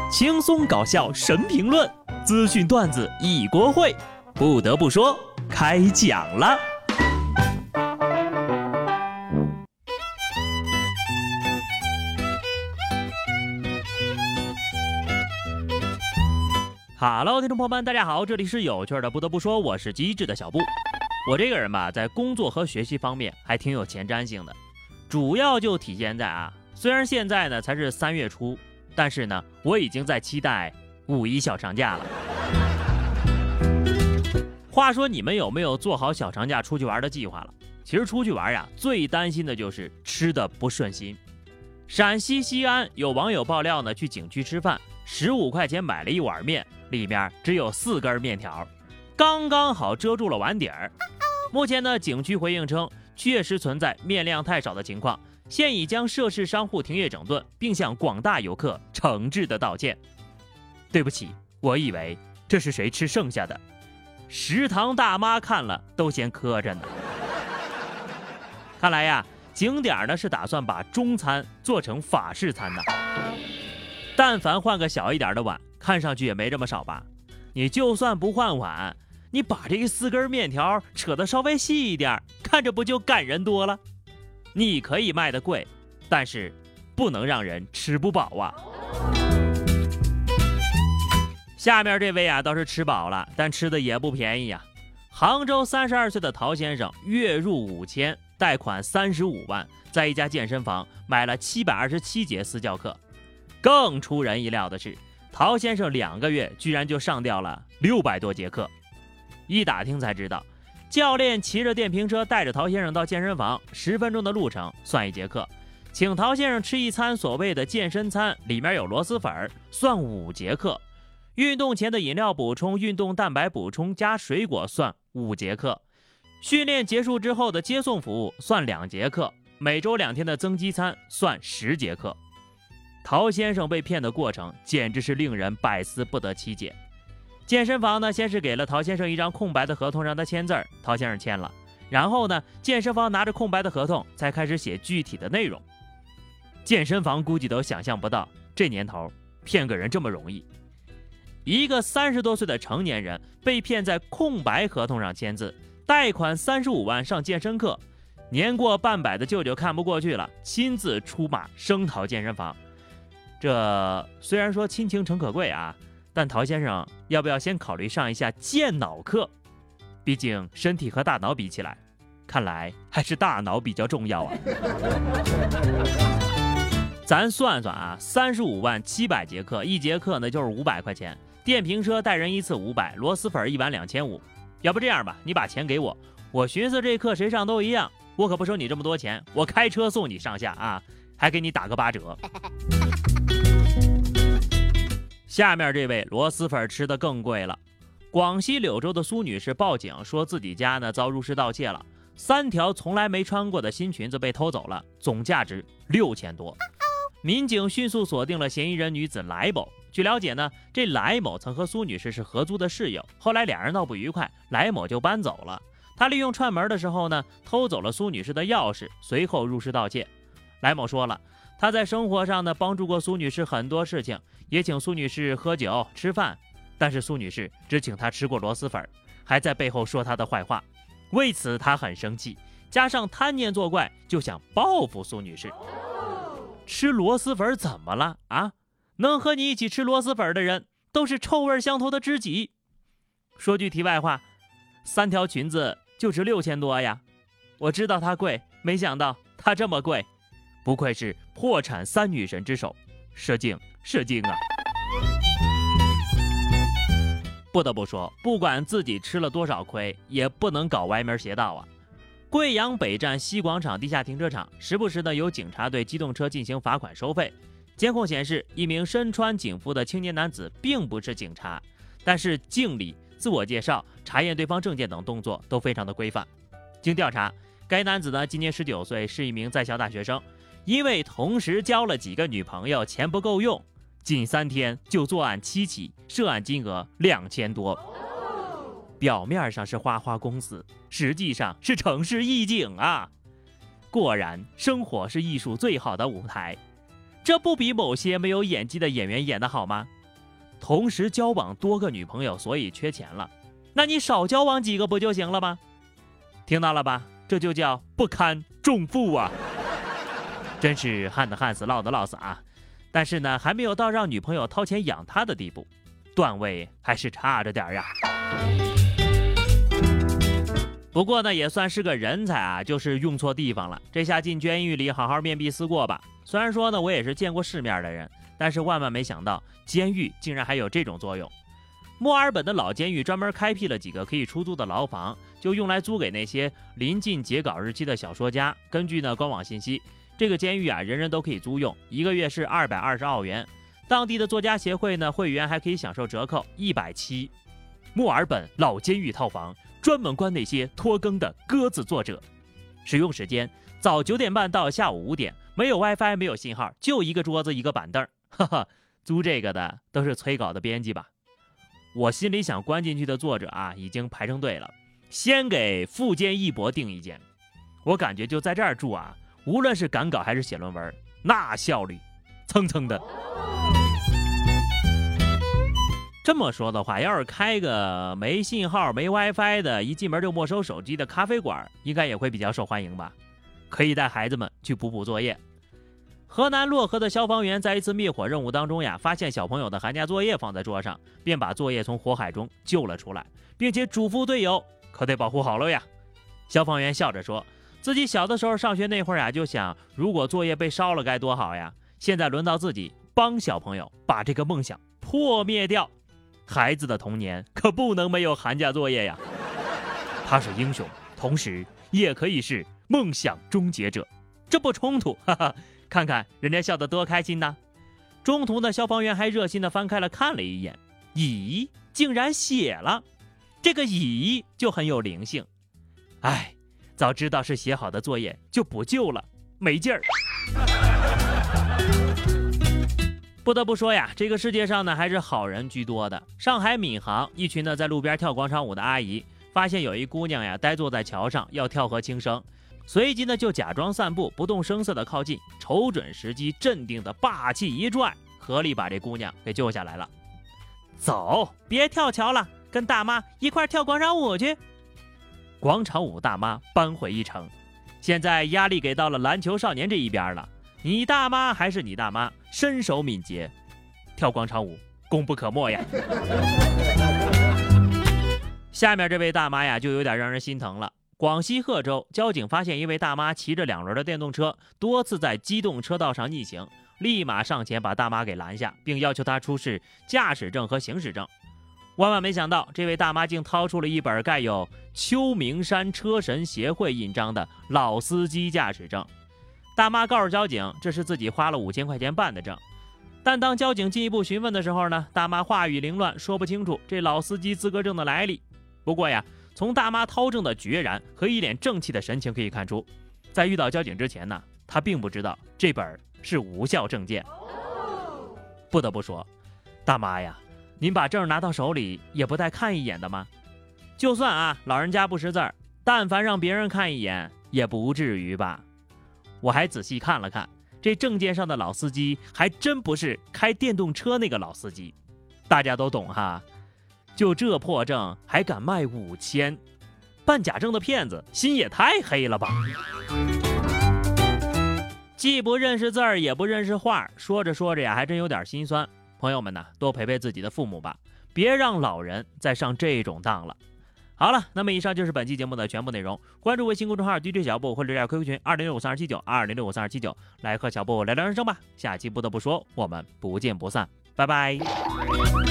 轻松搞笑神评论，资讯段子一锅烩。不得不说，开讲了。Hello， 听众朋友们，大家好，这里是有趣的。不得不说，我是机智的小布。我这个人吧，在工作和学习方面还挺有前瞻性的，主要就体现在虽然现在呢才是3月初，但是呢，我已经在期待5·1小长假了。话说你们有没有做好小长假出去玩的计划了？其实出去玩呀，最担心的就是吃的不顺心。陕西西安有网友爆料呢，去景区吃饭，15块钱买了一碗面，里面只有4根面条，刚刚好遮住了碗底儿。目前呢，景区回应称，确实存在面量太少的情况，现已将涉事商户停业整顿，并向广大游客诚挚的道歉。对不起，我以为这是谁吃剩下的，食堂大妈看了都嫌磕碜呢。看来呀，景点呢是打算把中餐做成法式餐的。但凡换个小一点的碗，看上去也没这么少吧？你就算不换碗，你把这个4根面条扯得稍微细一点，看着不就感人多了？你可以卖得贵，但是不能让人吃不饱啊。下面这位倒是吃饱了，但吃的也不便宜啊。杭州32岁的陶先生月入5000，贷款35万，在一家健身房买了727节私教课。更出人意料的是，陶先生2个月居然就上掉了600多节课。一打听才知道，教练骑着电瓶车带着陶先生到健身房，10分钟的路程算1节课，请陶先生吃一餐所谓的健身餐，里面有螺蛳粉，算5节课。运动前的饮料补充、运动蛋白补充加水果算5节课，训练结束之后的接送服务算2节课，每周2天的增肌餐算10节课。陶先生被骗的过程简直是令人百思不得其解。健身房呢，先是给了陶先生一张空白的合同让他签字，陶先生签了，然后呢，健身房拿着空白的合同才开始写具体的内容。健身房估计都想象不到，这年头骗个人这么容易。一个30多岁的成年人被骗在空白合同上签字，贷款35万上健身课，年过半百的舅舅看不过去了，亲自出马声讨健身房。这虽然说亲情诚可贵但陶先生要不要先考虑上一下健脑课？毕竟身体和大脑比起来，看来还是大脑比较重要咱算算35万700节课，一节课呢就是500块钱，电瓶车带人一次500，螺蛳粉1碗2500。要不这样吧，你把钱给我，我寻思这课谁上都一样，我可不收你这么多钱，我开车送你上下还给你打个8折。下面这位螺蛳粉吃的更贵了。广西柳州的苏女士报警说自己家呢遭入室盗窃了，3条从来没穿过的新裙子被偷走了，总价值6000多。民警迅速锁定了嫌疑人女子来某。据了解呢，这来某曾和苏女士是合租的室友，后来2人闹不愉快，来某就搬走了。他利用串门的时候呢，偷走了苏女士的钥匙，随后入室盗窃。来某说了，他在生活上呢帮助过苏女士很多事情，也请苏女士喝酒吃饭，但是苏女士只请他吃过螺蛳粉，还在背后说他的坏话。为此他很生气，加上贪念作怪，就想报复苏女士。吃螺蛳粉怎么了能和你一起吃螺蛳粉的人都是臭味相投的知己。说句题外话，3条裙子就值6000多呀。我知道它贵，没想到它这么贵，不愧是破产3女神之首，射精不得不说，不管自己吃了多少亏，也不能搞歪门邪道贵阳北站西广场地下停车场时不时的有警察对机动车进行罚款收费。监控显示，一名身穿警服的青年男子并不是警察，但是敬礼、自我介绍、查验对方证件等动作都非常的规范。经调查，该男子呢今年19岁，是一名在校大学生，因为同时交了几个女朋友，钱不够用，仅3天就作案7起，涉案金额2000多。表面上是花花公子，实际上是城市义警果然，生活是艺术最好的舞台，这不比某些没有演技的演员演得好吗？ 同时交往多个女朋友，所以缺钱了。那你少交往几个不就行了吗？听到了吧？这就叫不堪重负啊！真是旱的旱死，涝的涝死啊！但是呢，还没有到让女朋友掏钱养他的地步，段位还是差着点呀。不过呢，也算是个人才啊，就是用错地方了。这下进监狱里好好面壁思过吧。虽然说呢，我也是见过世面的人，但是万万没想到，监狱竟然还有这种作用。墨尔本的老监狱专门开辟了几个可以出租的牢房，就用来租给那些临近截稿日期的小说家。根据呢官网信息，这个监狱啊，人人都可以租用，1个月是220澳元。当地的作家协会呢，会员还可以享受折扣170。墨尔本老监狱套房专门关那些拖更的鸽子作者。使用时间早9点半到下午5点，没有 WiFi， 没有信号，就一个桌子一个板凳。哈哈，租这个的都是催稿的编辑吧？我心里想关进去的作者啊，已经排成队了，先给富坚义博订一间。我感觉就在这儿住啊，无论是赶稿还是写论文，那效率蹭蹭的。这么说的话，要是开个没信号没 WiFi 的，一进门就没收手机的咖啡馆，应该也会比较受欢迎吧？可以带孩子们去补作业。河南漯河的消防员在一次灭火任务当中呀，发现小朋友的寒假作业放在桌上，便把作业从火海中救了出来，并且嘱咐队友可得保护好了呀。消防员笑着说，自己小的时候上学那会儿呀，就想如果作业被烧了该多好呀，现在轮到自己帮小朋友把这个梦想破灭掉。孩子的童年可不能没有寒假作业呀。他是英雄，同时也可以是梦想终结者，这不冲突，哈哈。看看人家笑得多开心呐！中途呢，消防员还热心地翻开了看了一眼，咦，竟然写了，这个咦就很有灵性。哎，早知道是写好的作业就不救了，没劲儿。不得不说呀，这个世界上呢还是好人居多的。上海闵行一群呢在路边跳广场舞的阿姨，发现有一姑娘呀呆坐在桥上要跳河轻生。随即呢，就假装散步，不动声色的靠近，瞅准时机，镇定的霸气一拽，合力把这姑娘给救下来了。走，别跳桥了，跟大妈一块跳广场舞去。广场舞大妈扳回一城，现在压力给到了篮球少年这一边了。你大妈还是你大妈，身手敏捷，跳广场舞功不可没呀。下面这位大妈呀，就有点让人心疼了。广西贺州交警发现一位大妈骑着2轮的电动车，多次在机动车道上逆行，立马上前把大妈给拦下，并要求她出示驾驶证和行驶证。万万没想到，这位大妈竟掏出了一本盖有秋名山车神协会印章的老司机驾驶证。大妈告诉交警，这是自己花了5000块钱办的证。但当交警进一步询问的时候呢，大妈话语凌乱，说不清楚这老司机资格证的来历。不过呀，从大妈掏证的决然和一脸正气的神情可以看出，在遇到交警之前呢，她并不知道这本是无效证件。不得不说，大妈呀，您把证拿到手里也不带看一眼的吗？就算啊，老人家不识字儿，但凡让别人看一眼也不至于吧。我还仔细看了看，这证件上的老司机还真不是开电动车那个老司机。大家都懂哈，就这破证还敢卖5000，办假证的骗子心也太黑了吧。既不认识字儿也不认识画，说着说着呀，还真有点心酸。朋友们呢，多陪陪自己的父母吧，别让老人再上这种当了。好了，那么以上就是本期节目的全部内容。关注微信公众号 DJ 小布或者加 QQ 群2065327920653279，来和小布聊聊人生吧。下期不得不说，我们不见不散，拜拜。